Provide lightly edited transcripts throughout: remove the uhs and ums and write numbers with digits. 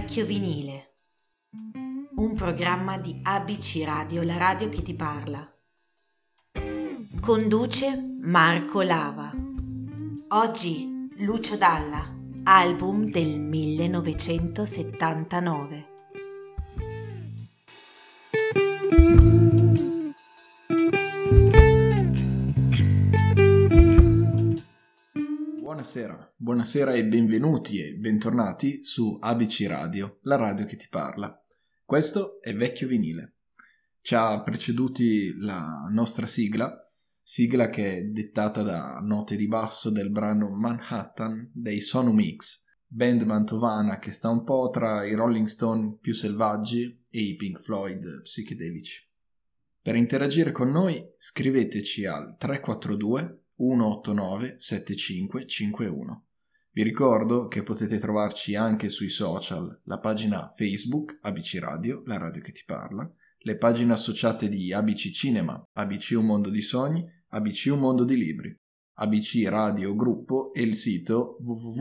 Vecchio Vinile, un programma di ABC Radio, la radio che ti parla. Conduce Marco Lava. Oggi Lucio Dalla, album del 1979. Buonasera e benvenuti e bentornati su ABC Radio, la radio che ti parla. Questo è Vecchio Vinile. Ci ha preceduti la nostra sigla che è dettata da note di basso del brano Manhattan dei Sonu Mix, band mantovana che sta un po' tra i Rolling Stone più selvaggi e i Pink Floyd psichedelici. Per interagire con noi scriveteci al 342 189 7551. Vi ricordo che potete trovarci anche sui social, la pagina Facebook ABC Radio, la radio che ti parla, le pagine associate di ABC Cinema, ABC Un Mondo di Sogni, ABC Un Mondo di Libri, ABC Radio Gruppo e il sito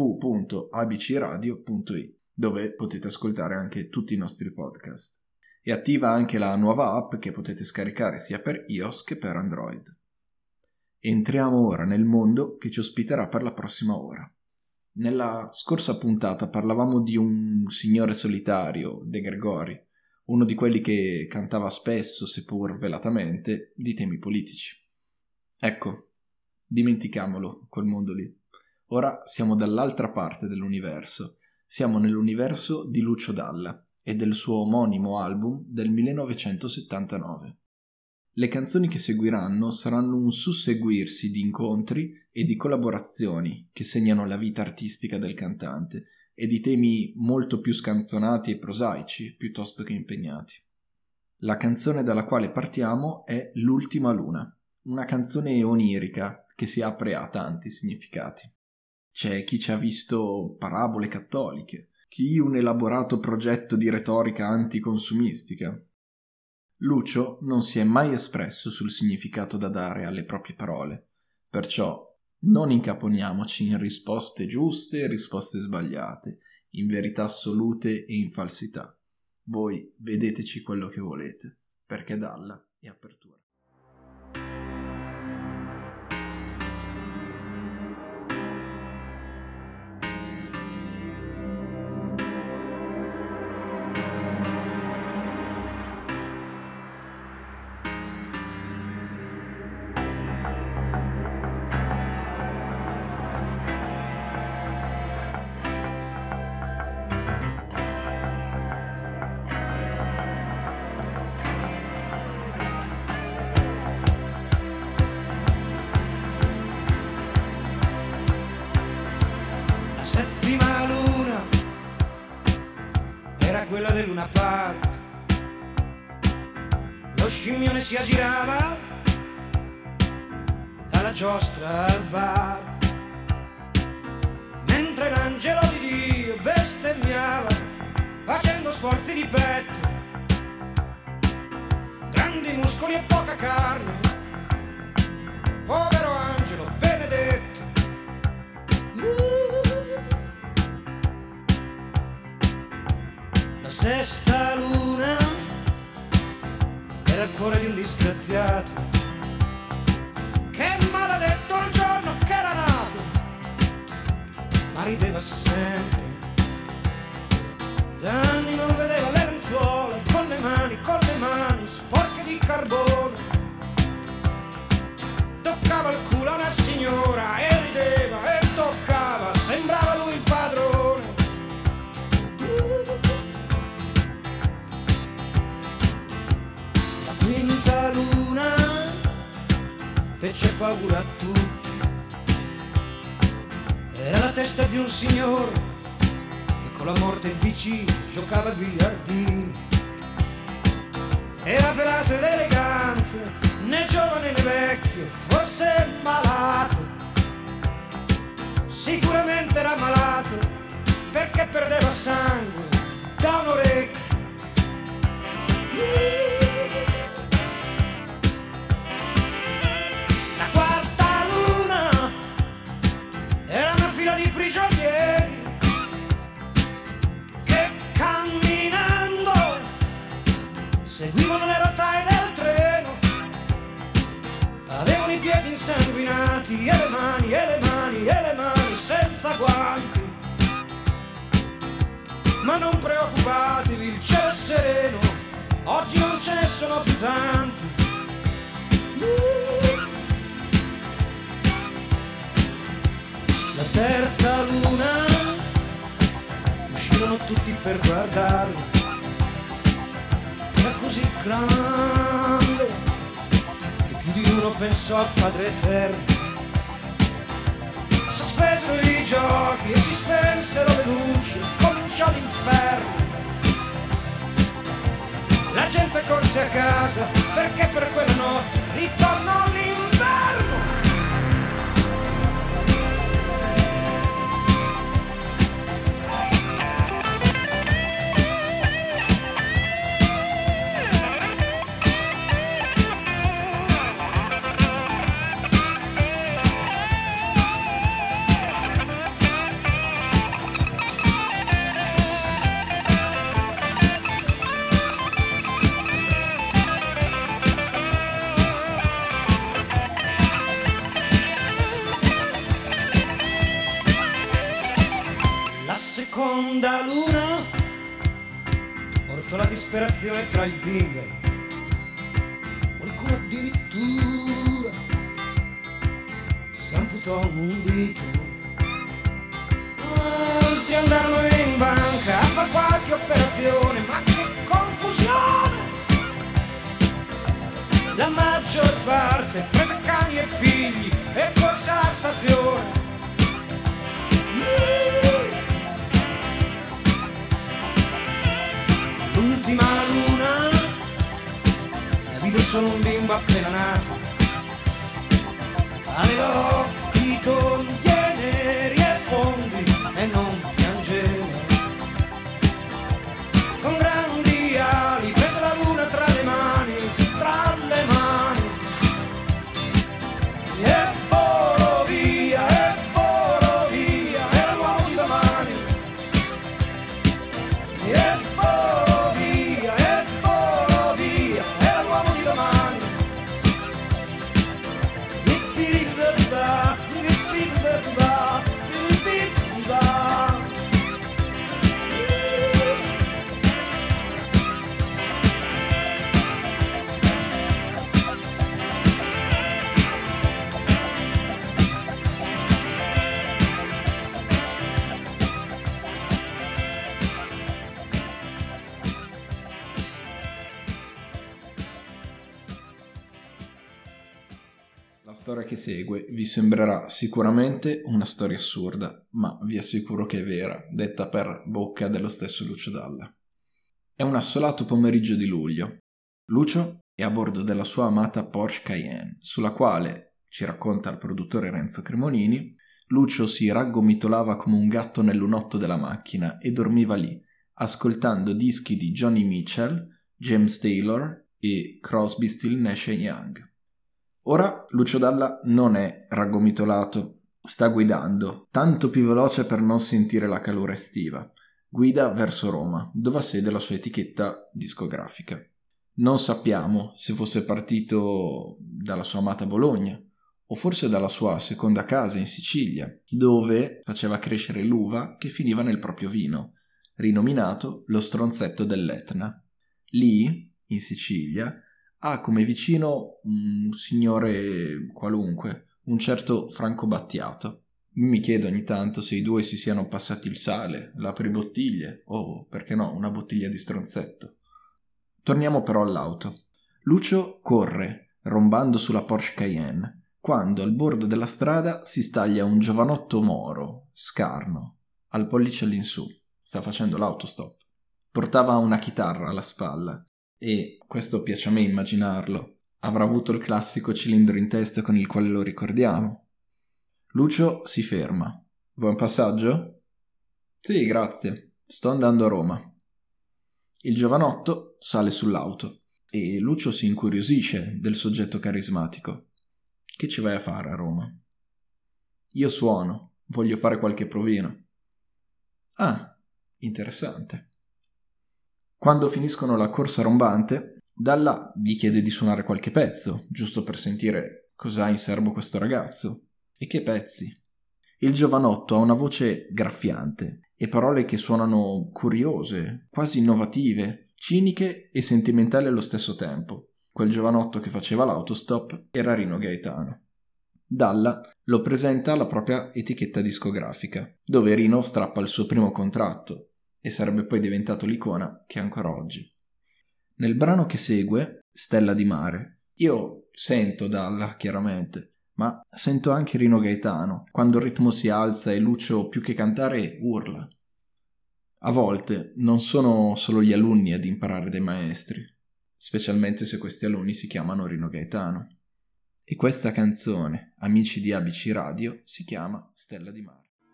www.abcradio.it, dove potete ascoltare anche tutti i nostri podcast. È attiva anche la nuova app che potete scaricare sia per iOS che per Android. Entriamo ora nel mondo che ci ospiterà per la prossima ora. Nella scorsa puntata parlavamo di un signore solitario, De Gregori, uno di quelli che cantava spesso, seppur velatamente, di temi politici. Ecco, dimenticamolo, quel mondo lì. Ora siamo dall'altra parte dell'universo. Siamo nell'universo di Lucio Dalla e del suo omonimo album del 1979. Le canzoni che seguiranno saranno un susseguirsi di incontri e di collaborazioni che segnano la vita artistica del cantante e di temi molto più scanzonati e prosaici piuttosto che impegnati. La canzone dalla quale partiamo è L'ultima luna, una canzone onirica che si apre a tanti significati. C'è chi ci ha visto parabole cattoliche, chi un elaborato progetto di retorica anticonsumistica. Lucio non si è mai espresso sul significato da dare alle proprie parole, perciò non incaponiamoci in risposte giuste e risposte sbagliate, in verità assolute e in falsità. Voi vedeteci quello che volete, perché Dalla è apertura. Quella del Luna Park, lo scimmione si aggirava dalla giostra al bar, mentre l'angelo di Dio bestemmiava facendo sforzi di petto, grandi muscoli e poca carne, povero angelo benedetto. La sesta luna era il cuore di un disgraziato che maledetto il giorno che era nato, ma rideva sempre. Da anni non vedeva le lenzuola con le mani sporche di carbone. Toccava il culo a una signora e rideva e toccava, sembrava lui il padrone. Quinta luna fece paura a tutti. Era la testa di un signore che con la morte vicino giocava a biliardini. Era pelato ed elegante, né giovane né vecchio, forse malato. Sicuramente era malato perché perdeva sangue da un orecchio. Era una fila di prigionieri che seguivano le rotaie del treno, avevano i piedi insanguinati e le mani, e le mani, e le mani senza guanti. Ma non preoccupatevi, il cielo è sereno, oggi non ce ne sono più tanti. La terza luna, uscirono tutti per guardarlo, era così grande che più di uno pensò al Padre Eterno. Sospesero i giochi e si spensero le luci, cominciò l'inferno. La gente corse a casa perché per quella notte ritornò l'inverno. Seconda luna portò la disperazione tra gli zingari, qualcuno addirittura si amputò un dito. Molti andarono in banca a far qualche operazione, ma che confusione! La maggior parte prese cani e figli e corse alla stazione. L'ultima luna la vide solo un bimbo appena nato, aveva occhi tondi e neri e fondi e non piangeva. Con grandi ali prese la luna tra le mani, tra le mani, e volò via, era l'uomo di domani. E La storia che segue vi sembrerà sicuramente una storia assurda, ma vi assicuro che è vera, detta per bocca dello stesso Lucio Dalla. È un assolato pomeriggio di luglio. Lucio è a bordo della sua amata Porsche Cayenne, sulla quale, ci racconta il produttore Renzo Cremonini, Lucio si raggomitolava come un gatto nel lunotto della macchina e dormiva lì, ascoltando dischi di Johnny Mitchell, James Taylor e Crosby, Still, Nash & Young. Ora Lucio Dalla non è raggomitolato, sta guidando, tanto più veloce per non sentire la calore estiva. Guida verso Roma, dove ha sede la sua etichetta discografica. Non sappiamo se fosse partito dalla sua amata Bologna, o forse dalla sua seconda casa in Sicilia, dove faceva crescere l'uva che finiva nel proprio vino, rinominato lo stronzetto dell'Etna. Lì, in Sicilia, ha come vicino un signore qualunque, un certo Franco Battiato. Mi chiedo ogni tanto se i due si siano passati il sale, l'apribottiglie o, perché no, una bottiglia di stronzetto. Torniamo però all'auto. Lucio corre, rombando sulla Porsche Cayenne, quando al bordo della strada si staglia un giovanotto moro, scarno, al pollice all'insù. Sta facendo l'autostop. Portava una chitarra alla spalla. E, questo piace a me immaginarlo, avrà avuto il classico cilindro in testa con il quale lo ricordiamo. Lucio si ferma. Vuoi un passaggio? Sì, grazie. Sto andando a Roma. Il giovanotto sale sull'auto e Lucio si incuriosisce del soggetto carismatico. Che ci vai a fare a Roma? Io suono, voglio fare qualche provino. Ah, interessante. Quando finiscono la corsa rombante, Dalla gli chiede di suonare qualche pezzo, giusto per sentire cosa ha in serbo questo ragazzo. E che pezzi! Il giovanotto ha una voce graffiante e parole che suonano curiose, quasi innovative, ciniche e sentimentali allo stesso tempo. Quel giovanotto che faceva l'autostop era Rino Gaetano. Dalla lo presenta alla propria etichetta discografica, dove Rino strappa il suo primo contratto e sarebbe poi diventato l'icona che è ancora oggi. Nel brano che segue, Stella di mare, io sento Dalla chiaramente, ma sento anche Rino Gaetano, quando il ritmo si alza e Lucio più che cantare urla. A volte non sono solo gli alunni ad imparare dai maestri, specialmente se questi alunni si chiamano Rino Gaetano. E questa canzone, amici di ABC Radio, si chiama Stella di mare.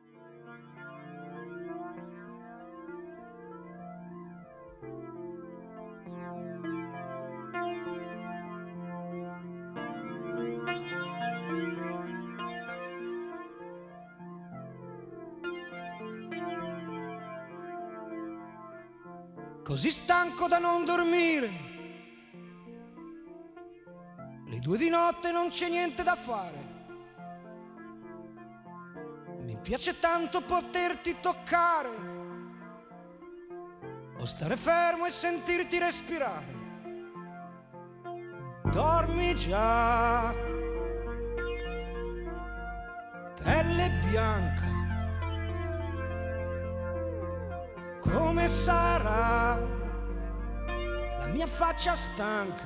Così stanco da non dormire, le 2 di notte non c'è niente da fare. Mi piace tanto poterti toccare o stare fermo e sentirti respirare. Dormi già, pelle bianca, come sarà la mia faccia stanca?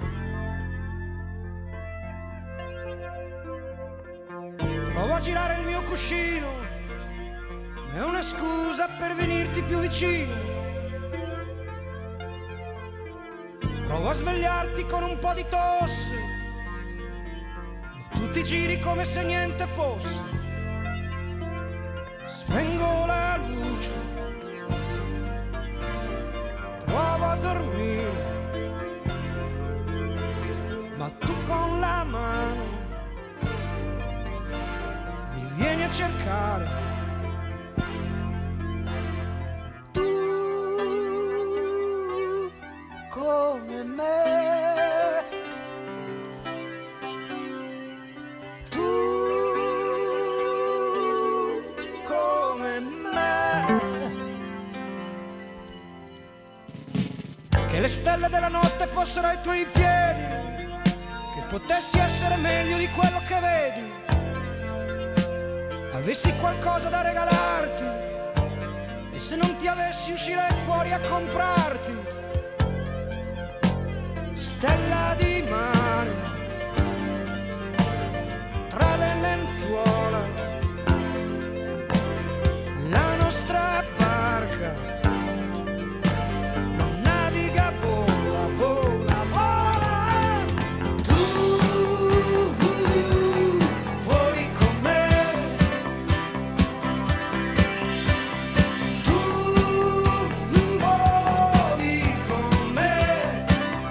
Provo a girare il mio cuscino, ma è una scusa per venirti più vicino. Provo a svegliarti con un po' di tosse, ma tu ti giri come se niente fosse. Spengo la luce, provo a dormire, ma tu con la mano mi vieni a cercare. Tu come me, tu come me. Che le stelle della notte fossero ai tuoi piedi, che potessi essere meglio di quello che vedi, avessi qualcosa da regalarti e se non ti avessi uscirei fuori a comprarti. Stella di mare, tra le lenzuola, la nostra barca non naviga, vola, vola, vola. Tu voli con me, tu voli con me,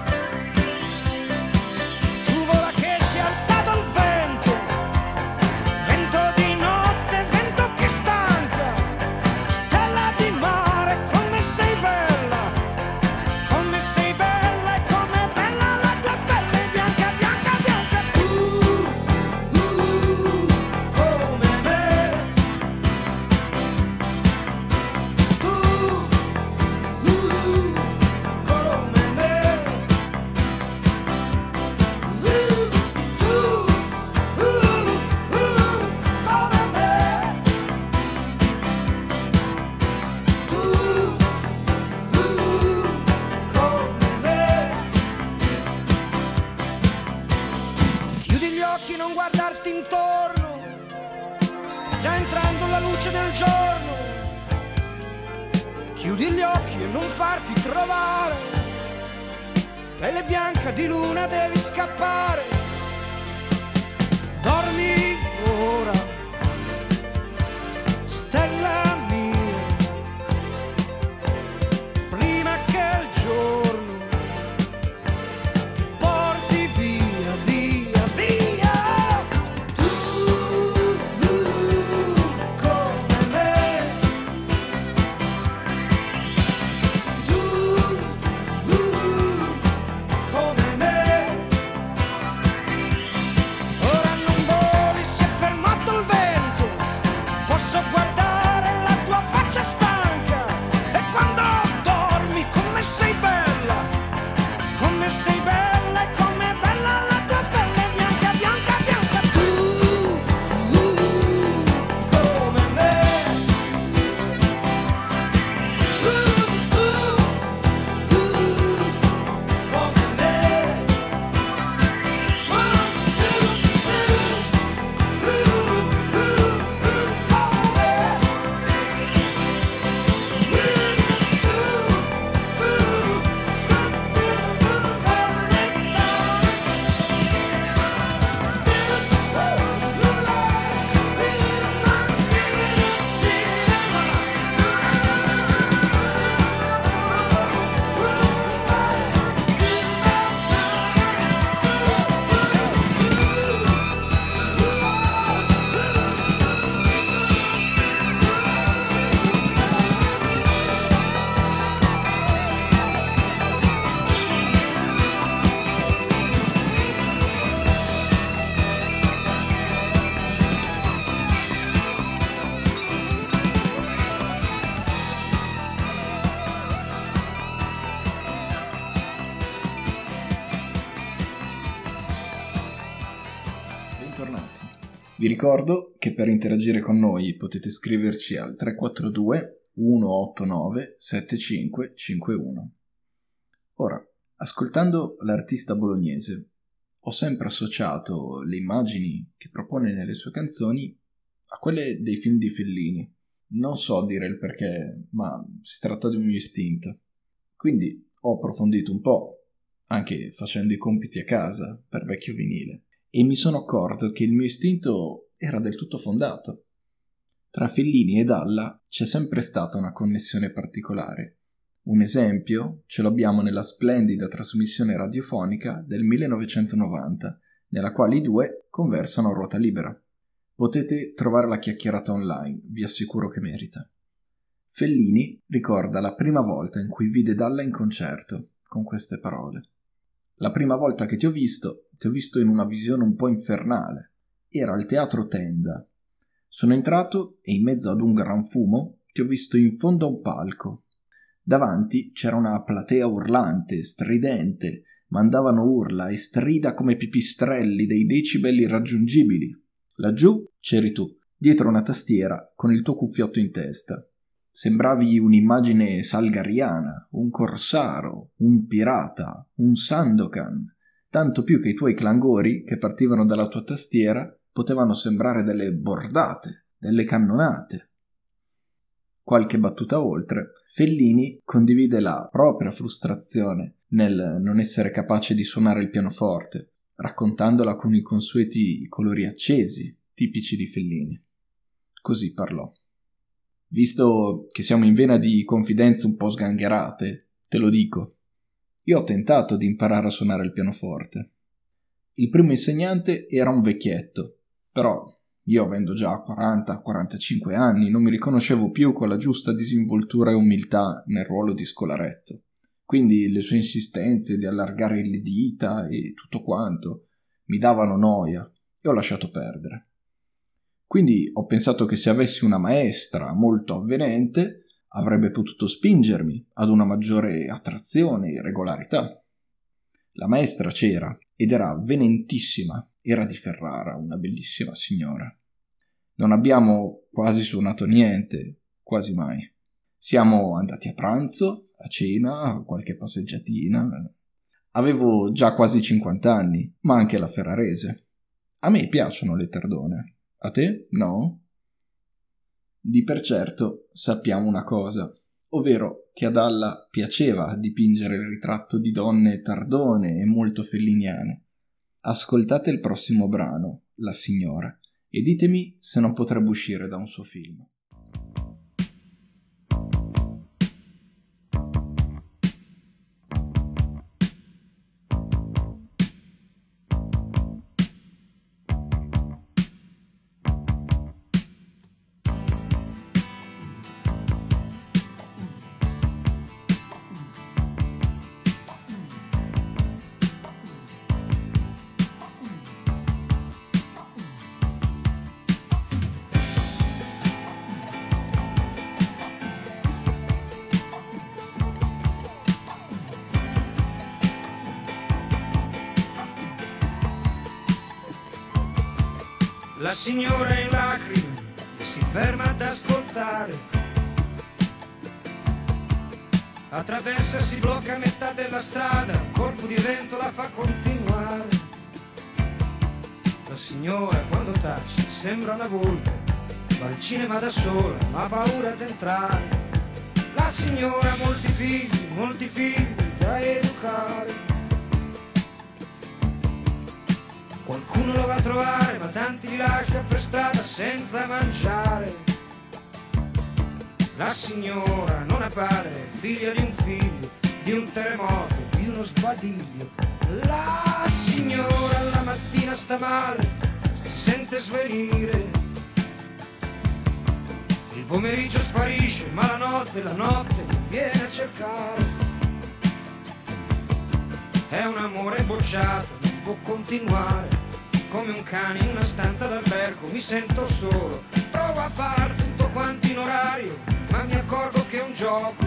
tu vola che si è alzato il vento, vento di notte, vento che stanca. Stella di mare, come sei bella, come sei bella e come bella la tua pelle bianca, bianca, bianca. Come me, tu come me, chiudi gli occhi, non guardarti intorno, sta già entrando la luce del giorno. Chiudi gli occhi e non farti trovare, pelle bianca di luna devi scappare. Dormi ora, stella mia, prima che il giorno ti porti via, via, via. Tu come me, tu come Vi ricordo che per interagire con noi potete scriverci al 342 189 7551. Ora, ascoltando l'artista bolognese, ho sempre associato le immagini che propone nelle sue canzoni a quelle dei film di Fellini. Non so dire il perché, ma si tratta di un mio istinto. Quindi ho approfondito un po', anche facendo i compiti a casa per vecchio vinile, e mi sono accorto che il mio istinto era del tutto fondato. Tra Fellini e Dalla c'è sempre stata una connessione particolare. Un esempio ce l'abbiamo nella splendida trasmissione radiofonica del 1990, nella quale i due conversano a ruota libera. Potete trovare la chiacchierata online, vi assicuro che merita. Fellini ricorda la prima volta in cui vide Dalla in concerto, con queste parole. La prima volta che ti ho visto in una visione un po' infernale. Era al Teatro Tenda. Sono entrato e in mezzo ad un gran fumo ti ho visto in fondo a un palco. Davanti c'era una platea urlante, stridente, mandavano urla e strida come pipistrelli dei decibel irraggiungibili. Laggiù c'eri tu, dietro una tastiera con il tuo cuffiotto in testa. Sembravi un'immagine salgariana, un corsaro, un pirata, un Sandokan, tanto più che i tuoi clangori che partivano dalla tua tastiera potevano sembrare delle bordate, delle cannonate. Qualche battuta oltre, Fellini condivide la propria frustrazione nel non essere capace di suonare il pianoforte, raccontandola con i consueti colori accesi, tipici di Fellini. Così parlò. Visto che siamo in vena di confidenze un po' sgangherate, te lo dico. Io ho tentato di imparare a suonare il pianoforte. Il primo insegnante era un vecchietto, però io avendo già 40-45 anni non mi riconoscevo più con la giusta disinvoltura e umiltà nel ruolo di scolaretto. Quindi le sue insistenze di allargare le dita e tutto quanto mi davano noia e ho lasciato perdere. Quindi ho pensato che se avessi una maestra molto avvenente avrebbe potuto spingermi ad una maggiore attrazione e regolarità. La maestra c'era ed era avvenentissima, era di Ferrara, una bellissima signora. Non abbiamo quasi suonato niente, quasi mai. Siamo andati a pranzo, a cena, a qualche passeggiatina. Avevo già quasi 50 anni, ma anche la ferrarese. A me piacciono le tardone. A te? No? Di per certo sappiamo una cosa, ovvero che a Dalla piaceva dipingere il ritratto di donne tardone e molto felliniane. Ascoltate il prossimo brano, La signora, e ditemi se non potrebbe uscire da un suo film. La signora è in lacrime e si ferma ad ascoltare. Attraversa, si blocca a metà della strada, un colpo di vento la fa continuare. La signora quando tace sembra una volpe, va al cinema da sola ma ha paura di entrare. La signora ha molti figli da educare. Qualcuno lo va a trovare, ma tanti li lascia per strada senza mangiare. La signora non ha padre, figlia di un figlio, di un terremoto, di uno sbadiglio. La signora la mattina sta male, si sente svenire. Il pomeriggio sparisce, ma la notte viene a cercare. È un amore bocciato, non può continuare. Come un cane in una stanza d'albergo mi sento solo. Provo a far tutto quanto in orario, ma mi accorgo che è un gioco.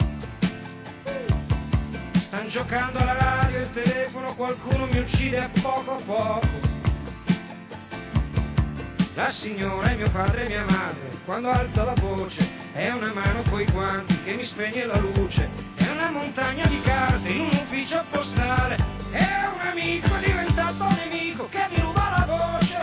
Stan giocando alla radio, il telefono, qualcuno mi uccide a poco. La signora è mio padre e mia madre, quando alza la voce è una mano coi guanti che mi spegne la luce, è una montagna di carte in un ufficio postale, è un amico diventato nemico che mi ruba la voce.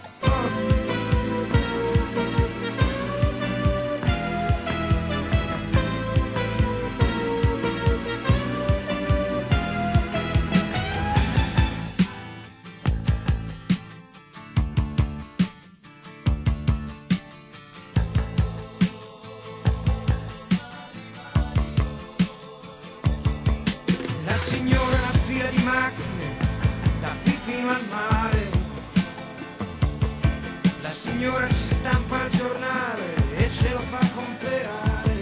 La signora una fila di macchine da qui fino al mare, la signora ci stampa il giornale e ce lo fa comprare,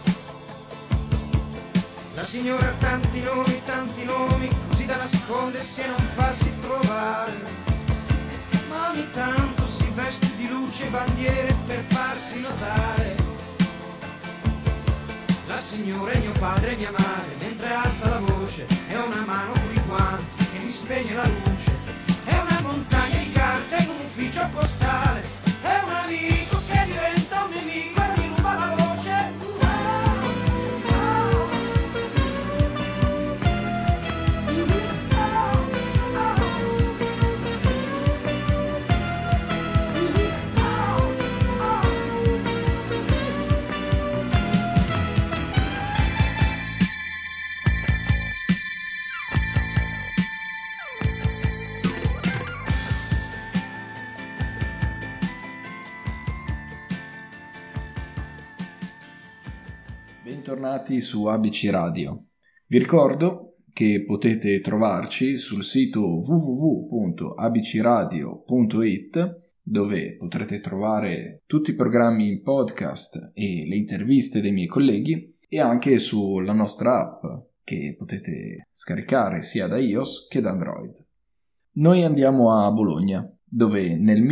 la signora ha tanti nomi, così da nascondersi e non farsi trovare, ma ogni tanto si veste di luce e bandiere per farsi notare. La signora è mio padre e mia madre, mentre alza la voce è una mano coi guanti che mi spegne la luce, è una montagna di carte in un ufficio postale, è un amico che diventa un nemico e mi ruba la voce. Bentornati su ABC Radio. Vi ricordo che potete trovarci sul sito www.abcradio.it, dove potrete trovare tutti i programmi in podcast e le interviste dei miei colleghi, e anche sulla nostra app che potete scaricare sia da iOS che da Android. Noi andiamo a Bologna, dove nel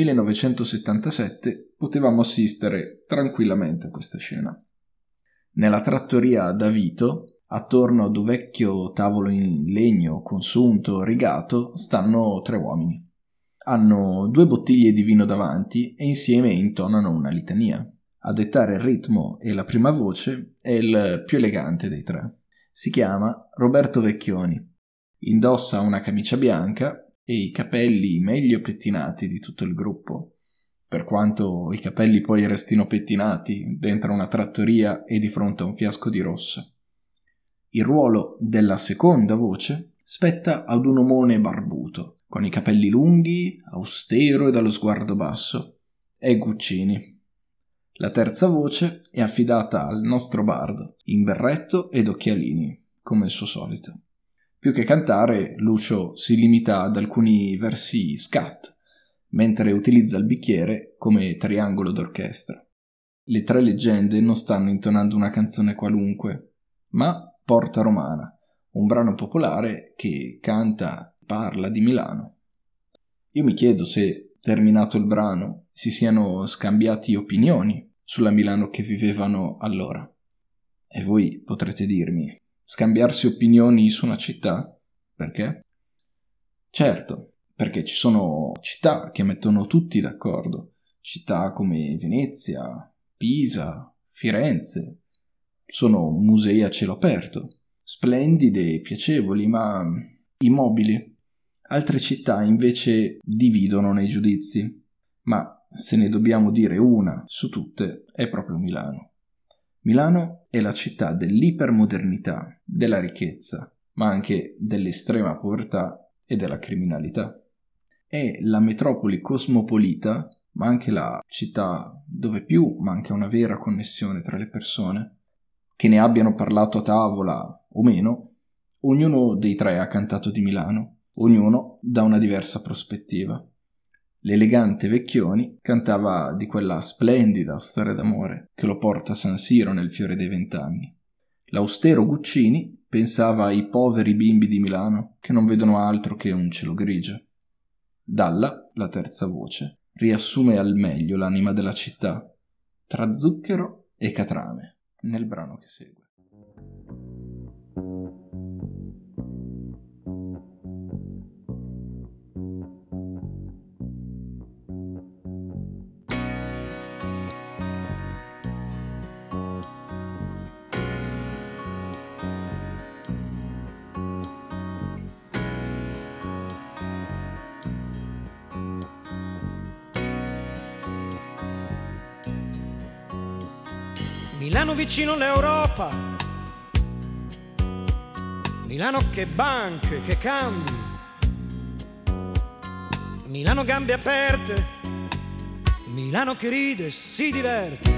1977 potevamo assistere tranquillamente a questa scena. Nella trattoria da Vito, attorno ad un vecchio tavolo in legno consunto, rigato, stanno 3 uomini. Hanno 2 bottiglie di vino davanti e insieme intonano una litania. A dettare il ritmo e la prima voce è il più elegante dei 3. Si chiama Roberto Vecchioni. Indossa una camicia bianca e i capelli meglio pettinati di tutto il gruppo, per quanto i capelli poi restino pettinati dentro una trattoria e di fronte a un fiasco di rosso. Il ruolo della seconda voce spetta ad un omone barbuto, con i capelli lunghi, austero e dallo sguardo basso. È Guccini. La terza voce è affidata al nostro bardo, in berretto ed occhialini, come il suo solito. Più che cantare, Lucio si limita ad alcuni versi scat, mentre utilizza il bicchiere come triangolo d'orchestra. Le 3 leggende non stanno intonando una canzone qualunque, ma Porta Romana, un brano popolare che canta e parla di Milano. Io mi chiedo se, terminato il brano, si siano scambiati opinioni sulla Milano che vivevano allora. E voi potrete dirmi, scambiarsi opinioni su una città? Perché? Certo, perché ci sono città che mettono tutti d'accordo, città come Venezia, Pisa, Firenze. Sono musei a cielo aperto, splendide e piacevoli, ma immobili. Altre città invece dividono nei giudizi, ma se ne dobbiamo dire una su tutte è proprio Milano. Milano è la città dell'ipermodernità, della ricchezza, ma anche dell'estrema povertà e della criminalità. È la metropoli cosmopolita, ma anche la città dove più manca una vera connessione tra le persone. Che ne abbiano parlato a tavola o meno, ognuno dei 3 ha cantato di Milano, ognuno da una diversa prospettiva. L'elegante Vecchioni cantava di quella splendida storia d'amore che lo porta a San Siro nel fiore dei 20 anni. L'austero Guccini pensava ai poveri bimbi di Milano che non vedono altro che un cielo grigio. Dalla, la terza voce, riassume al meglio l'anima della città, tra zucchero e catrame, nel brano che segue. Milano vicino all'Europa, Milano che banche, che cambi, Milano gambe aperte, Milano che ride e si diverte.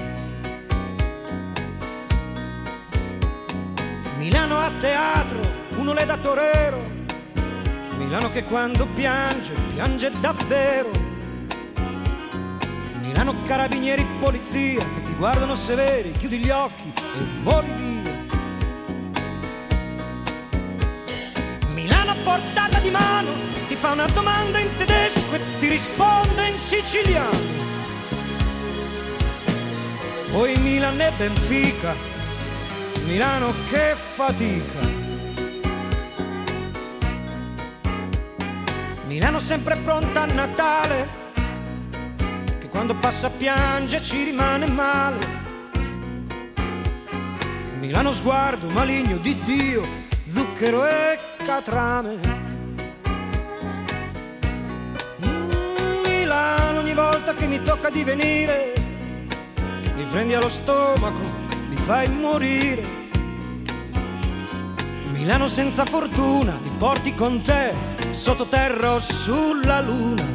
Milano a teatro, uno le da torero, Milano che quando piange, piange davvero. Milano carabinieri, polizia, che ti guardano severi, chiudi gli occhi e voli via. Milano a portata di mano, ti fa una domanda in tedesco e ti risponde in siciliano. Poi Milan e Benfica, Milano che fatica. Milano sempre pronta a Natale, che quando passa piange ci rimane male. Milano sguardo maligno di Dio, zucchero e catrame. Milano ogni volta che mi tocca di venire, mi prendi allo stomaco, mi fai morire. Milano senza fortuna, mi porti con te sottoterra o sulla luna.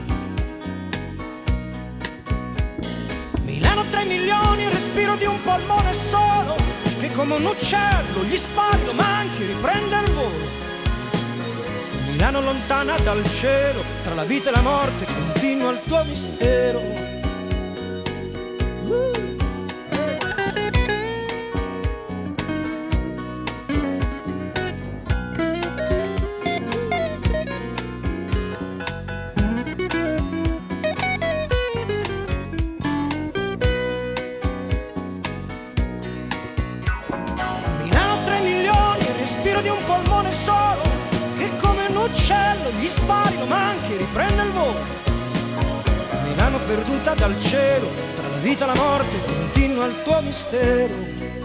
Milano 3 milioni, il respiro di un polmone solo, che come un uccello gli spari, lo manchi, riprende il volo. Milano lontana dal cielo, tra la vita e la morte continua il tuo mistero. Gli spari, lo manchi, riprende il volo. Milano perduta dal cielo, tra la vita e la morte continua il tuo mistero.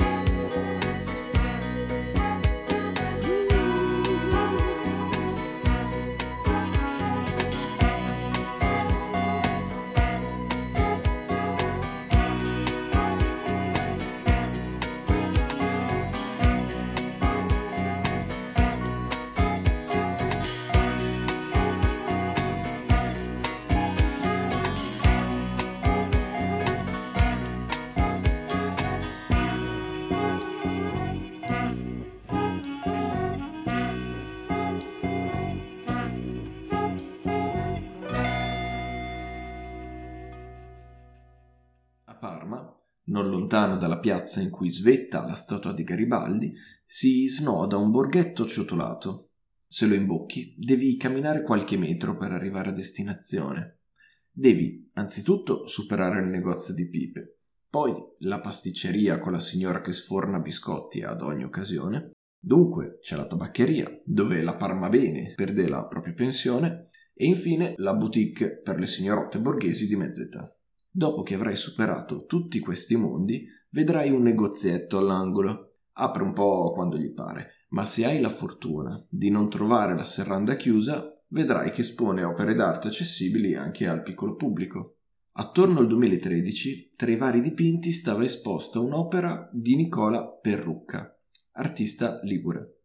Non lontano dalla piazza in cui svetta la statua di Garibaldi, si snoda un borghetto ciotolato. Se lo imbocchi, devi camminare qualche metro per arrivare a destinazione. Devi, anzitutto, superare il negozio di pipe, poi la pasticceria con la signora che sforna biscotti ad ogni occasione. Dunque c'è la tabaccheria, dove la Parma Bene perde la propria pensione, e infine la boutique per le signorotte borghesi di mezz'età. Dopo che avrai superato tutti questi mondi, vedrai un negozietto all'angolo. Apre un po' quando gli pare, ma se hai la fortuna di non trovare la serranda chiusa, vedrai che espone opere d'arte accessibili anche al piccolo pubblico. Attorno al 2013, tra i vari dipinti stava esposta un'opera di Nicola Perrucca, artista ligure.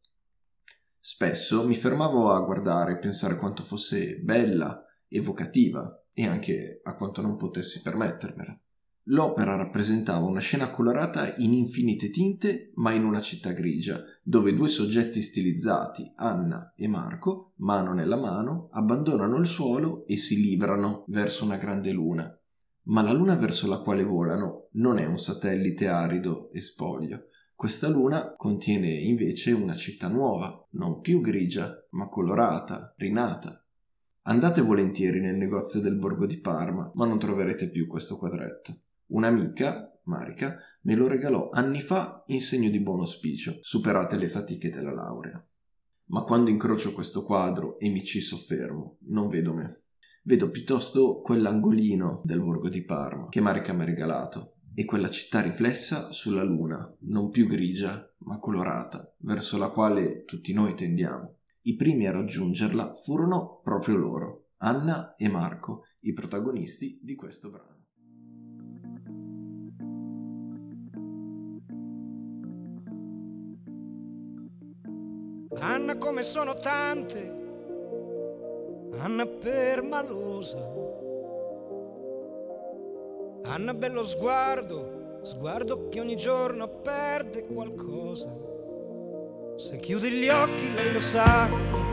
Spesso mi fermavo a guardare e pensare quanto fosse bella, evocativa, e anche a quanto non potessi permettermela. L'opera rappresentava una scena colorata in infinite tinte, ma in una città grigia, dove due soggetti stilizzati, Anna e Marco, mano nella mano, abbandonano il suolo e si librano verso una grande luna. Ma la luna verso la quale volano non è un satellite arido e spoglio. Questa luna contiene invece una città nuova, non più grigia, ma colorata, rinata. Andate volentieri nel negozio del borgo di Parma, ma non troverete più questo quadretto. Un'amica, Marica, me lo regalò anni fa in segno di buon auspicio, superate le fatiche della laurea. Ma quando incrocio questo quadro e mi ci soffermo, non vedo me. Vedo piuttosto quell'angolino del borgo di Parma che Marica mi ha regalato e quella città riflessa sulla luna, non più grigia, ma colorata, verso la quale tutti noi tendiamo. I primi a raggiungerla furono proprio loro, Anna e Marco, i protagonisti di questo brano. come sono tante, Anna permalosa, Anna bello sguardo, sguardo che ogni giorno perde qualcosa. Se chiudi gli occhi lei lo sa,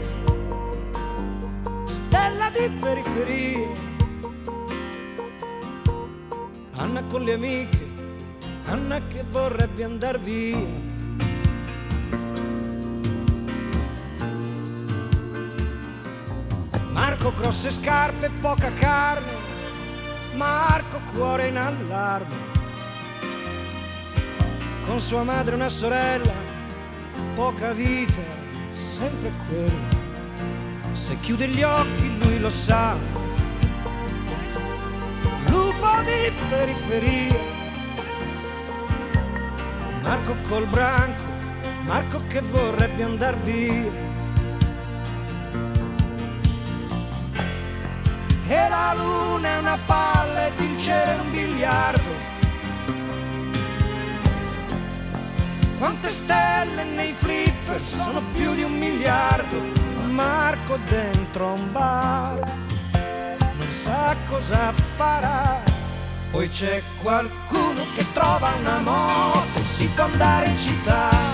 stella di periferia, Anna con le amiche, Anna che vorrebbe andar via. Marco grosse scarpe, poca carne, Marco cuore in allarme, con sua madre e una sorella, poca vita, sempre quella. Se chiude gli occhi lui lo sa, lupo di periferia, Marco col branco, Marco che vorrebbe andar via. E la luna è una palla ed il cielo è un biliardo. Quante stelle nei flipper, sono più di 1 miliardo. Marco dentro un bar, non sa cosa farà. Poi c'è qualcuno che trova una moto, si può andare in città.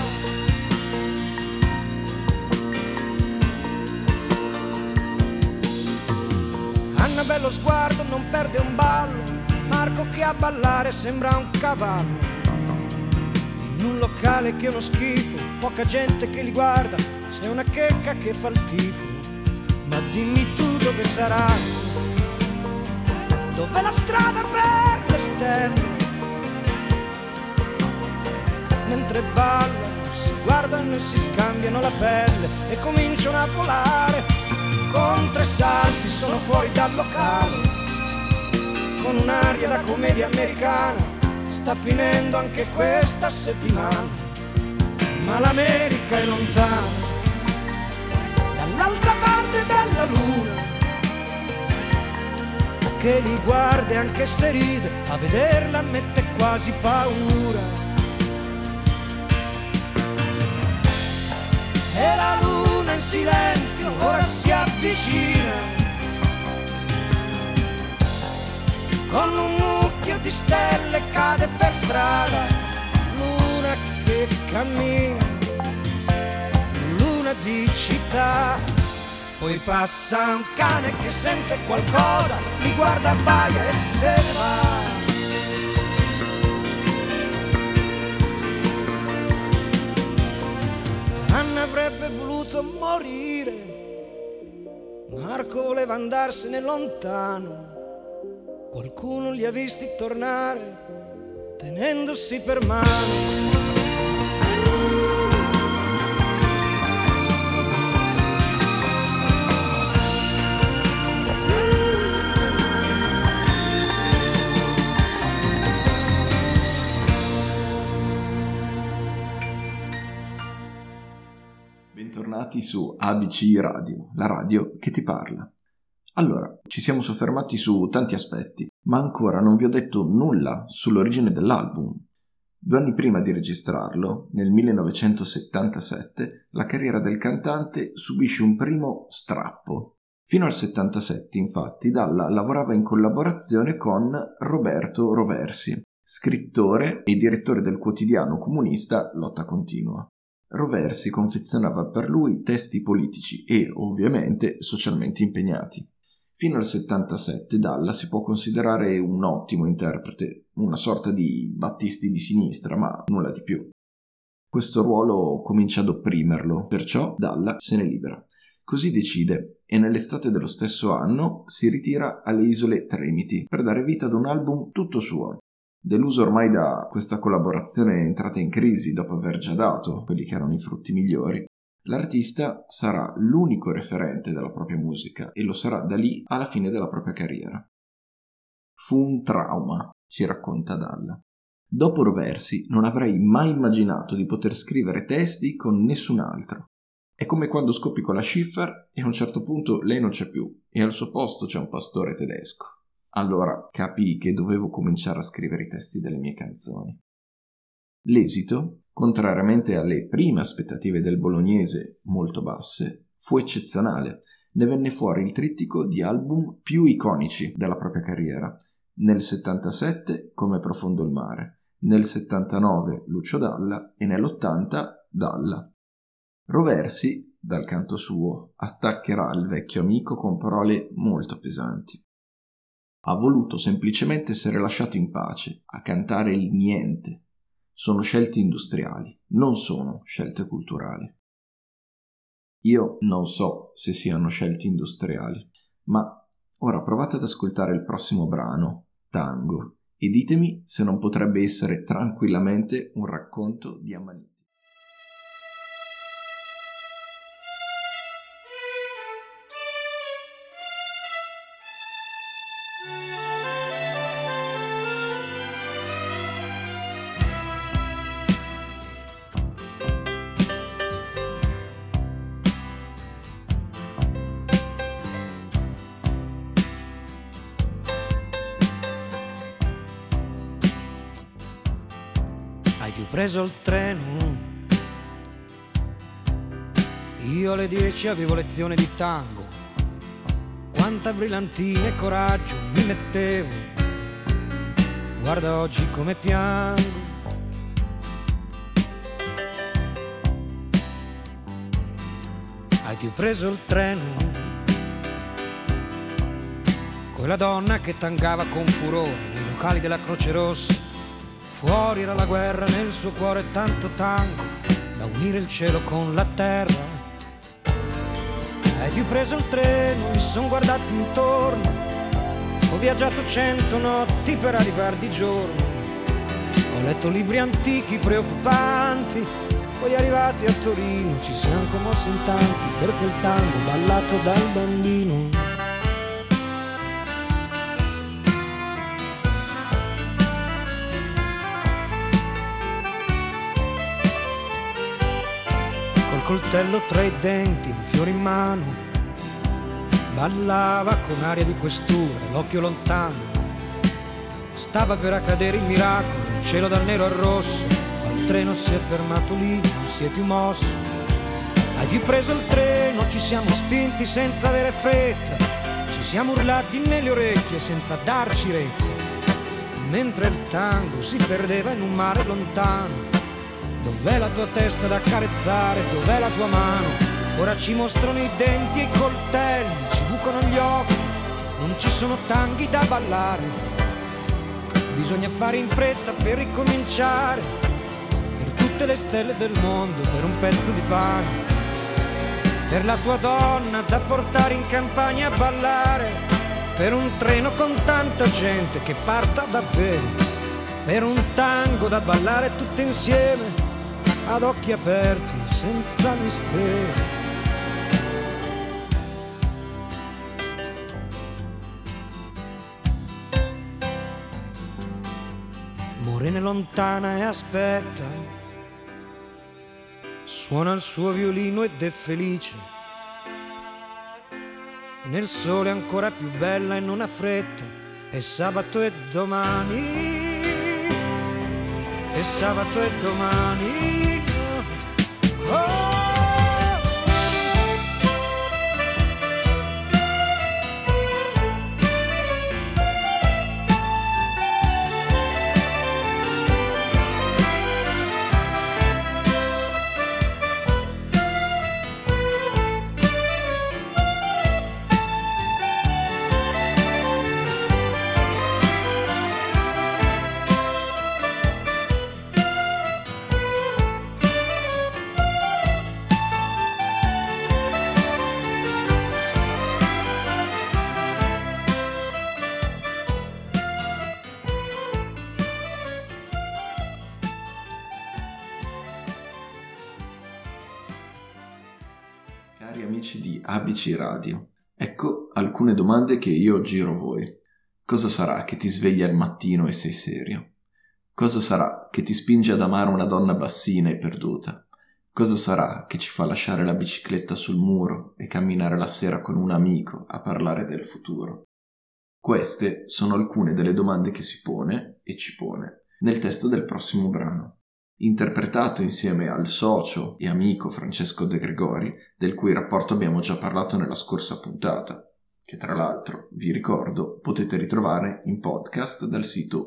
Anna bello sguardo, non perde un ballo, Marco che a ballare sembra un cavallo. In un locale che è uno schifo, poca gente che li guarda, c'è una checca che fa il tifo. Ma dimmi tu dove sarà, dov'è la strada per le stelle? Mentre ballano, si guardano e si scambiano la pelle e cominciano a volare. Con 3 salti sono fuori dal locale, con un'aria da commedia americana. Sta finendo anche questa settimana, ma l'America è lontana, dall'altra parte della luna, che li guarda e anche se ride, a vederla mette quasi paura. E la luna in silenzio ora si avvicina, con un mucchio di stelle cade per strada. Luna che cammina, luna di città. Poi passa un cane che sente qualcosa, mi guarda, abbaia e se ne va. Anna avrebbe voluto morire, Marco voleva andarsene lontano. Qualcuno li ha visti tornare, tenendosi per mano. Bentornati su ABC Radio, la radio che ti parla. Allora, ci siamo soffermati su tanti aspetti, ma ancora non vi ho detto nulla sull'origine dell'album. 2 anni prima di registrarlo, nel 1977, la carriera del cantante subisce un primo strappo. Fino al 77, infatti, Dalla lavorava in collaborazione con Roberto Roversi, scrittore e direttore del quotidiano comunista Lotta Continua. Roversi confezionava per lui testi politici e, ovviamente, socialmente impegnati. Fino al 77 Dalla si può considerare un ottimo interprete, una sorta di Battisti di sinistra, ma nulla di più. Questo ruolo comincia ad opprimerlo, perciò Dalla se ne libera. Così decide e nell'estate dello stesso anno si ritira alle Isole Tremiti per dare vita ad un album tutto suo. Deluso ormai da questa collaborazione entrata in crisi dopo aver già dato quelli che erano i frutti migliori, l'artista sarà l'unico referente della propria musica e lo sarà da lì alla fine della propria carriera. Fu un trauma, ci racconta Dalla. Dopo Roversi non avrei mai immaginato di poter scrivere testi con nessun altro. È come quando scoppi con la Schiffer e a un certo punto lei non c'è più e al suo posto c'è un pastore tedesco. Allora capii che dovevo cominciare a scrivere i testi delle mie canzoni. L'esito Contrariamente alle prime aspettative del bolognese, molto basse, fu eccezionale. Ne venne fuori il trittico di album più iconici della propria carriera. Nel 77 Come profondo il mare, nel 79 Lucio Dalla e nell'80 Dalla. Roversi, dal canto suo, attaccherà il vecchio amico con parole molto pesanti. Ha voluto semplicemente essere lasciato in pace, a cantare il niente. Sono scelte industriali, non sono scelte culturali. Io non so se siano scelte industriali, ma ora provate ad ascoltare il prossimo brano, Tango, e ditemi se non potrebbe essere tranquillamente un racconto di ammaniti. Preso il treno, io alle 10 avevo lezione di tango. Quanta brillantina e coraggio mi mettevo, guarda oggi come piango. Hai più preso il treno, quella donna che tangava con furore nei locali della Croce Rossa. Fuori era la guerra, nel suo cuore tanto tango, da unire il cielo con la terra. Hai più preso il treno, mi son guardato intorno, ho viaggiato 100 notti per arrivare di giorno. Ho letto libri antichi preoccupanti, poi arrivati a Torino ci siamo commossi in tanti per quel tango ballato dal bambino. Coltello tra i denti, un fiore in mano, ballava con aria di questura, l'occhio lontano. Stava per accadere il miracolo, il cielo dal nero al rosso, ma il treno si è fermato lì, non si è più mosso. Hai più preso il treno, ci siamo spinti senza avere fretta, ci siamo urlati nelle orecchie senza darci retta, mentre il tango si perdeva in un mare lontano. Dov'è la tua testa da accarezzare? Dov'è la tua mano? Ora ci mostrano i denti e i coltelli, ci bucano gli occhi, non ci sono tanghi da ballare. Bisogna fare in fretta per ricominciare, per tutte le stelle del mondo, per un pezzo di pane, per la tua donna da portare in campagna a ballare, per un treno con tanta gente che parta davvero, per un tango da ballare tutte insieme, ad occhi aperti, senza mistero. Morena lontana e aspetta, suona il suo violino ed è felice. Nel sole ancora più bella e non ha fretta, è sabato e domani, è sabato e domani. Cari amici di ABC Radio, ecco alcune domande che io giro a voi. Cosa sarà che ti sveglia al mattino e sei serio? Cosa sarà che ti spinge ad amare una donna bassina e perduta? Cosa sarà che ci fa lasciare la bicicletta sul muro e camminare la sera con un amico a parlare del futuro? Queste sono alcune delle domande che si pone e ci pone nel testo del prossimo brano. interpretato insieme al socio e amico Francesco De Gregori, del cui rapporto abbiamo già parlato nella scorsa puntata, che tra l'altro, vi ricordo, potete ritrovare in podcast dal sito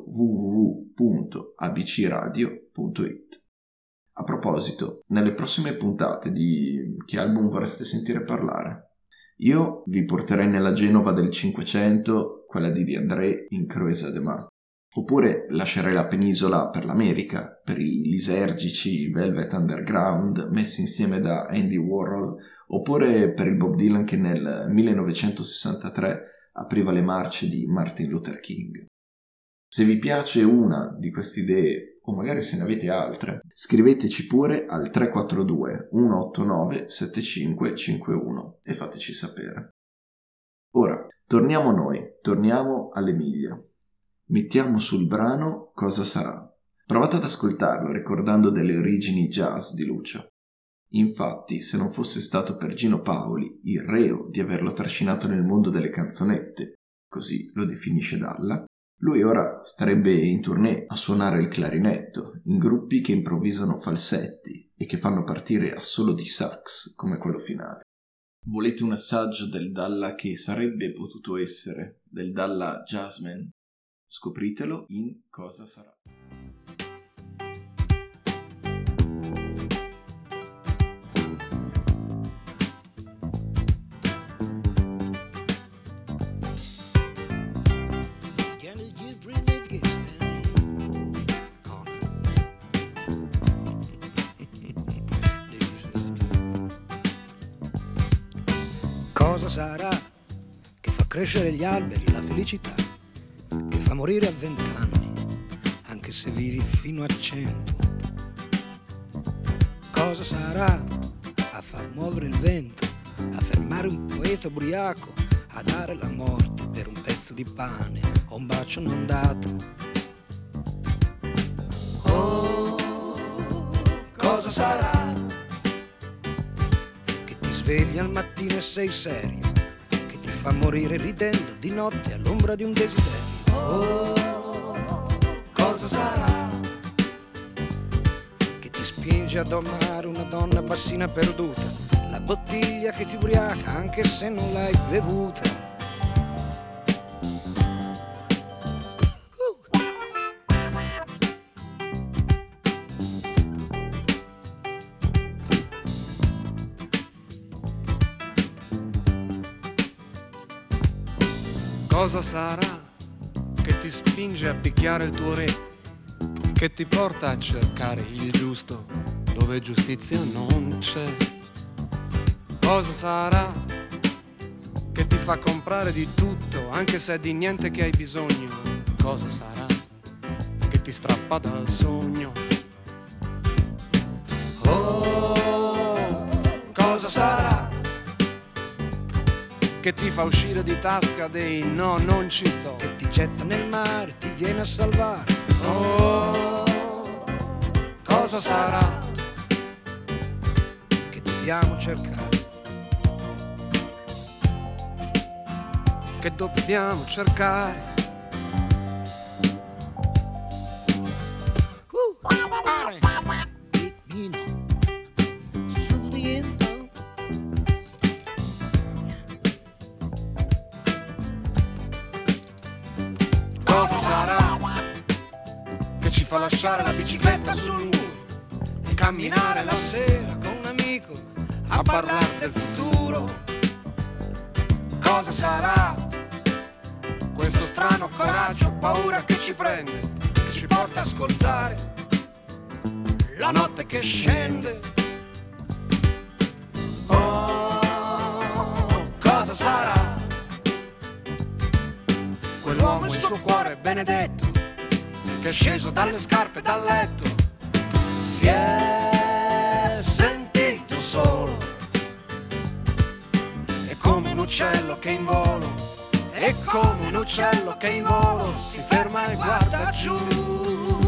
www.abcradio.it. A proposito, nelle prossime puntate di che album vorreste sentire parlare? Io vi porterei nella Genova del Cinquecento, quella di André in Creusa de Mar. Oppure lascerei la penisola per l'America, per i lisergici Velvet Underground messi insieme da Andy Warhol, oppure per il Bob Dylan che nel 1963 apriva le marce di Martin Luther King. Se vi piace una di queste idee, o magari se ne avete altre, scriveteci pure al 342 189 7551 e fateci sapere. Ora, torniamo a noi, torniamo all'Emilia. Mettiamo sul brano Cosa sarà. Provate ad ascoltarlo ricordando delle origini jazz di Lucio. Infatti, se non fosse stato per Gino Paoli, il reo di averlo trascinato nel mondo delle canzonette, così lo definisce Dalla, lui ora starebbe in tournée a suonare il clarinetto, in gruppi che improvvisano falsetti e che fanno partire assolo di sax come quello finale. Volete un assaggio del Dalla che sarebbe potuto essere, del Dalla Jazzman? Scopritelo in Cosa sarà. Cosa sarà che fa crescere gli alberi, la felicità, che fa morire a 20 anni, anche se vivi fino a 100? Cosa sarà a far muovere il vento, a fermare un poeta ubriaco, a dare la morte per un pezzo di pane o un bacio non dato? Oh, cosa sarà che ti svegli al mattino e sei serio, che ti fa morire ridendo di notte all'ombra di un desiderio? Oh, cosa sarà che ti spinge ad amare una donna bassina perduta, la bottiglia che ti ubriaca anche se non l'hai bevuta? Cosa sarà che ti spinge a picchiare il tuo re, che ti porta a cercare il giusto dove giustizia non c'è? Cosa sarà che ti fa comprare di tutto anche se è di niente che hai bisogno? Cosa sarà che ti strappa dal sogno? Oh, cosa sarà che ti fa uscire di tasca dei no, non ci sto, che ti getta nel mare, ti viene a salvare? Oh, cosa sarà che dobbiamo cercare, che dobbiamo cercare? Cosa sarà che ci fa lasciare la bicicletta sul muro e camminare la sera con un amico a parlare del futuro? Cosa sarà questo strano coraggio, paura che ci prende, che ci porta a ascoltare la notte che scende? Oh, cosa sarà quell'uomo e il suo cuore benedetto che è sceso dalle scarpe dal letto, si è sentito solo, è come un uccello che in volo, è come un uccello che in volo si ferma e guarda giù.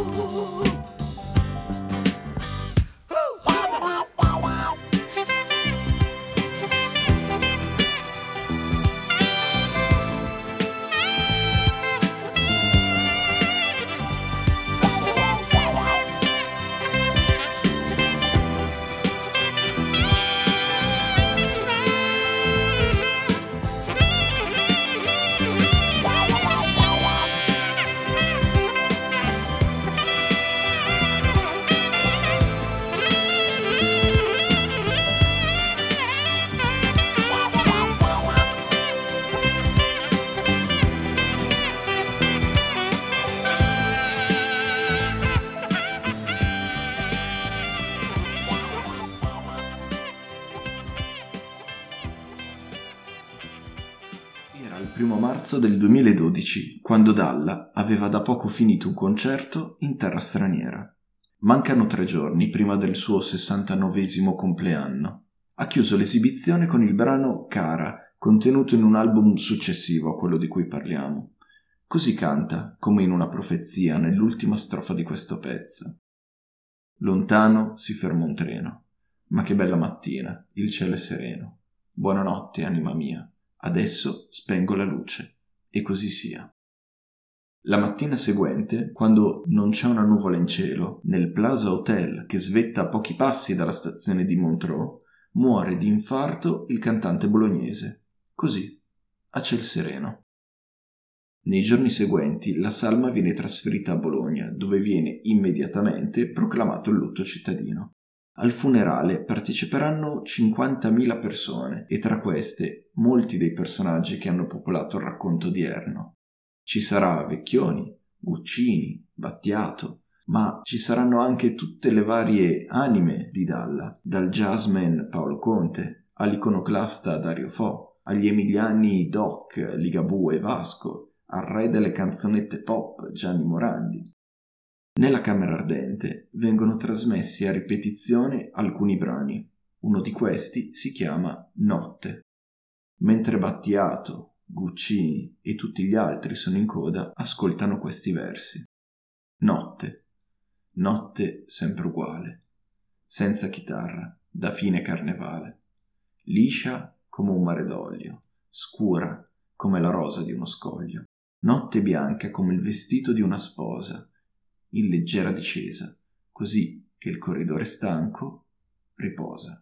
Era il 1 marzo del 2012, quando Dalla aveva da poco finito un concerto in terra straniera. Mancano 3 giorni prima del suo 69esimo compleanno. Ha chiuso l'esibizione con il brano Cara, contenuto in un album successivo a quello di cui parliamo. Così canta, come in una profezia, nell'ultima strofa di questo pezzo. Lontano si ferma un treno. Ma che bella mattina, il cielo è sereno. Buonanotte, anima mia. Adesso spengo la luce, e così sia. La mattina seguente, quando non c'è una nuvola in cielo, nel Plaza Hotel che svetta a pochi passi dalla stazione di Montreux, muore di infarto il cantante bolognese. Così, a ciel sereno. Nei giorni seguenti la salma viene trasferita a Bologna, dove viene immediatamente proclamato il lutto cittadino. Al funerale parteciperanno 50.000 persone e tra queste molti dei personaggi che hanno popolato il racconto odierno. Ci sarà Vecchioni, Guccini, Battiato, ma ci saranno anche tutte le varie anime di Dalla, dal jazzman Paolo Conte all'iconoclasta Dario Fo, agli emiliani Doc, Ligabue e Vasco, al re delle canzonette pop Gianni Morandi. Nella Camera Ardente vengono trasmessi a ripetizione alcuni brani. Uno di questi si chiama Notte. Mentre Battiato, Guccini e tutti gli altri sono in coda, ascoltano questi versi. Notte, notte sempre uguale, senza chitarra, da fine carnevale, liscia come un mare d'olio, scura come la rosa di uno scoglio, notte bianca come il vestito di una sposa, in leggera discesa, così che il corridore stanco riposa.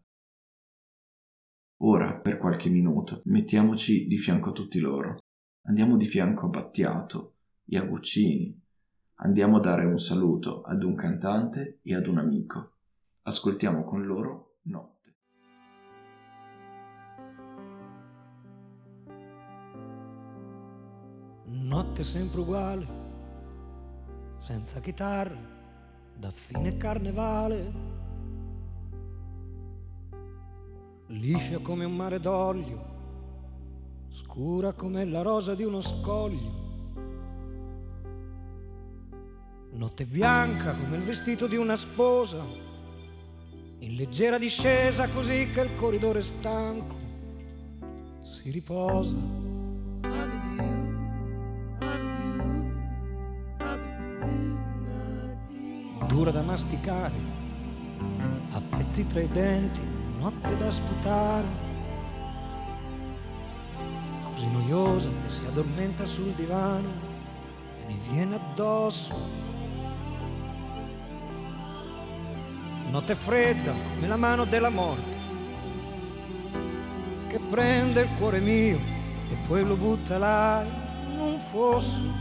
Ora, per qualche minuto, mettiamoci di fianco a tutti loro. Andiamo di fianco a Battiato e a Guccini. Andiamo a dare un saluto ad un cantante e ad un amico. Ascoltiamo con loro Notte. Notte sempre uguale, senza chitarra, da fine carnevale, liscia come un mare d'olio, scura come la rosa di uno scoglio, notte bianca come il vestito di una sposa, in leggera discesa così che il corridore stanco si riposa. Dura da masticare, a pezzi tra i denti, notte da sputare, così noiosa che si addormenta sul divano e mi viene addosso. Notte fredda come la mano della morte, che prende il cuore mio e poi lo butta là in un fosso.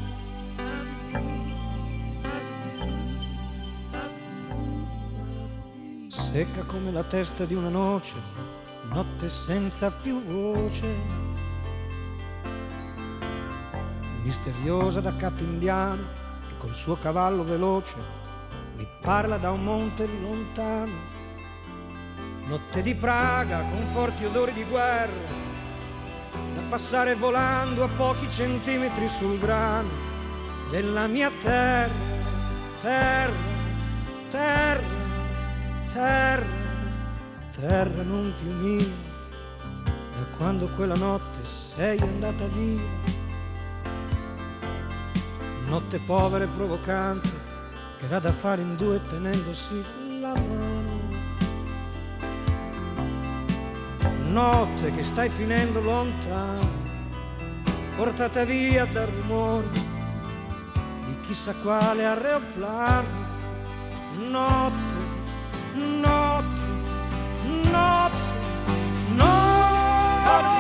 Secca come la testa di una noce, notte senza più voce, misteriosa da capo indiano che col suo cavallo veloce mi parla da un monte lontano. Notte di Praga con forti odori di guerra, da passare volando a pochi centimetri sul grano della mia terra, terra, terra, terra, terra non più mia, da quando quella notte sei andata via. Notte povera e provocante, che era da fare in due tenendosi la mano. Notte che stai finendo lontano, portata via dal rumore di chissà quale aeroplano. Notte, notte, notte, notte.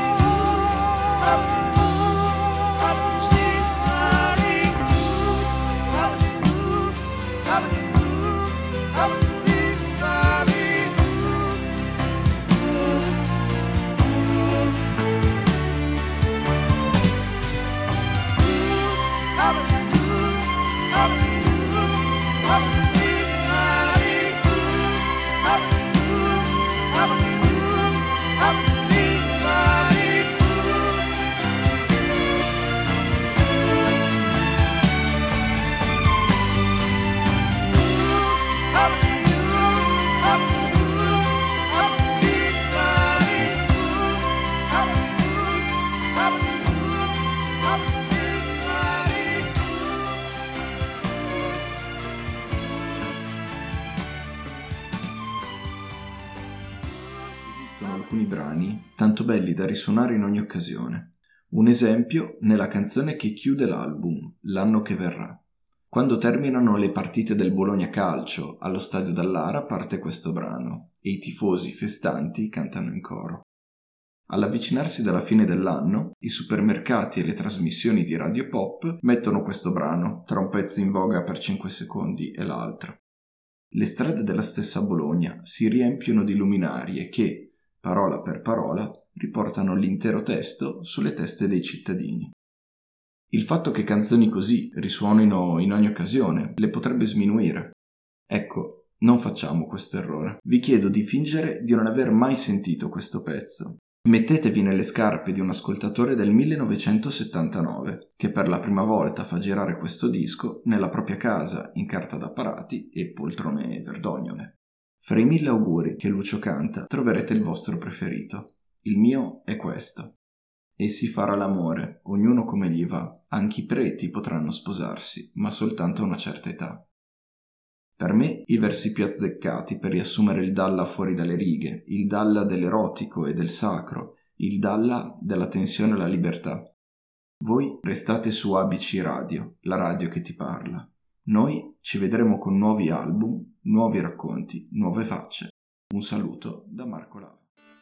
alcuni brani tanto belli da risuonare in ogni occasione. Un esempio nella canzone che chiude l'album, L'anno che verrà. Quando terminano le partite del Bologna Calcio allo stadio Dallara parte questo brano e i tifosi festanti cantano in coro. All'avvicinarsi della fine dell'anno, i supermercati e le trasmissioni di Radio Pop mettono questo brano tra un pezzo in voga per 5 secondi e l'altro. Le strade della stessa Bologna si riempiono di luminarie che, parola per parola, riportano l'intero testo sulle teste dei cittadini. Il fatto che canzoni così risuonino in ogni occasione le potrebbe sminuire. Ecco, non facciamo questo errore. Vi chiedo di fingere di non aver mai sentito questo pezzo. Mettetevi nelle scarpe di un ascoltatore del 1979 che per la prima volta fa girare questo disco nella propria casa in carta d'apparati e poltrone verdognole. Fra i 1000 auguri che Lucio canta troverete il vostro preferito. Il mio è questo. E si farà l'amore, ognuno come gli va. Anche i preti potranno sposarsi, ma soltanto a una certa età. Per me i versi più azzeccati per riassumere il Dalla fuori dalle righe, il Dalla dell'erotico e del sacro, il Dalla della tensione e la libertà. Voi restate su ABC Radio, la radio che ti parla. Noi ci vedremo con nuovi album, nuovi racconti, nuove facce. Un saluto da Marco Lava.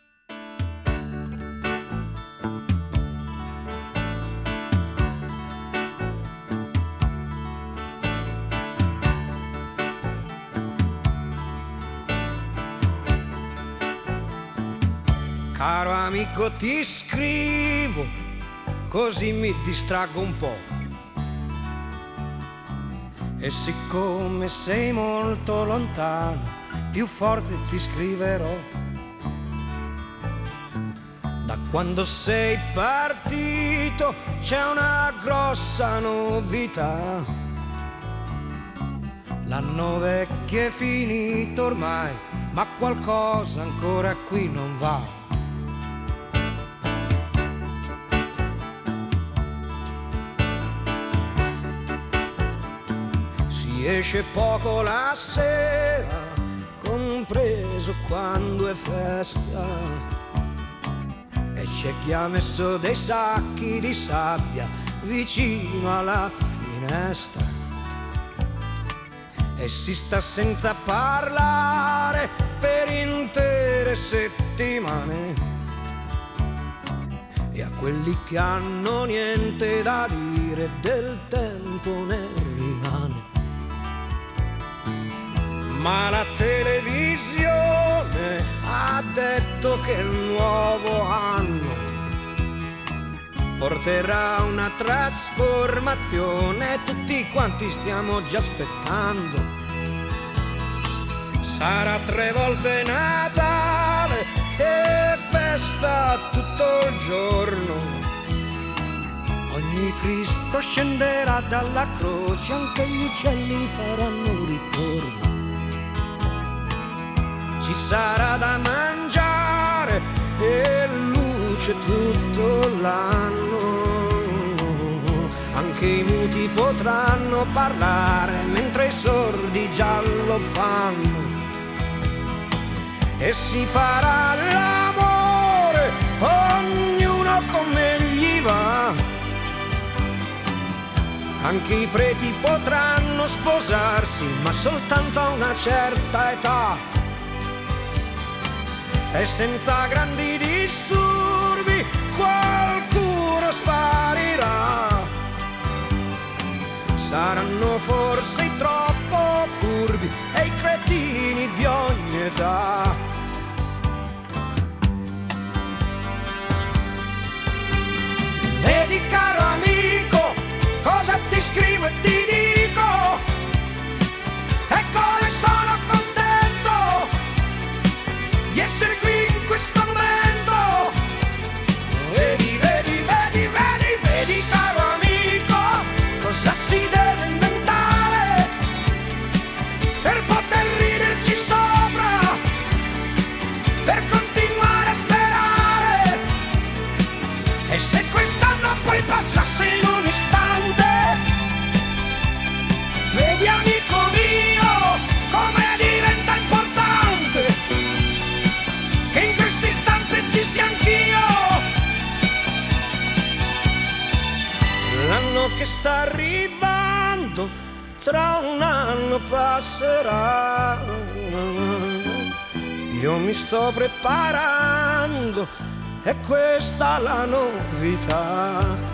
Caro amico, ti scrivo, così mi distraggo un po'. E siccome sei molto lontano, più forte ti scriverò. Da quando sei partito c'è una grossa novità. L'anno vecchio è finito ormai, ma qualcosa ancora qui non va. Esce poco la sera, compreso quando è festa, e c'è chi ha messo dei sacchi di sabbia vicino alla finestra e si sta senza parlare per intere settimane. E a quelli che hanno niente da dire del tempo ne rimane. Ma la televisione ha detto che il nuovo anno porterà una trasformazione, tutti quanti stiamo già aspettando. Sarà 3 volte Natale e festa tutto il giorno. Ogni Cristo scenderà dalla croce, anche gli uccelli faranno ritorno. Ci sarà da mangiare e luce tutto l'anno. Anche i muti potranno parlare mentre i sordi già lo fanno. E si farà l'amore, ognuno come gli va. Anche i preti potranno sposarsi, ma soltanto a una certa età. E senza grandi disturbi qualcuno sparirà. Saranno forse troppo furbi e i cretini di ogni età. Vedi caro amico, cosa ti scrivo e ti dico, e come sono contento di essere qui in questo momento. Vedi, vedi, vedi, vedi, vedi caro amico, cosa si deve inventare per poter riderci sopra, per continuare a sperare. E se quest'anno poi passasse in un istante, vedi amico mio come diventa importante che in questo istante anno che sta arrivando, tra un anno passerà. Io mi sto preparando, è questa la novità.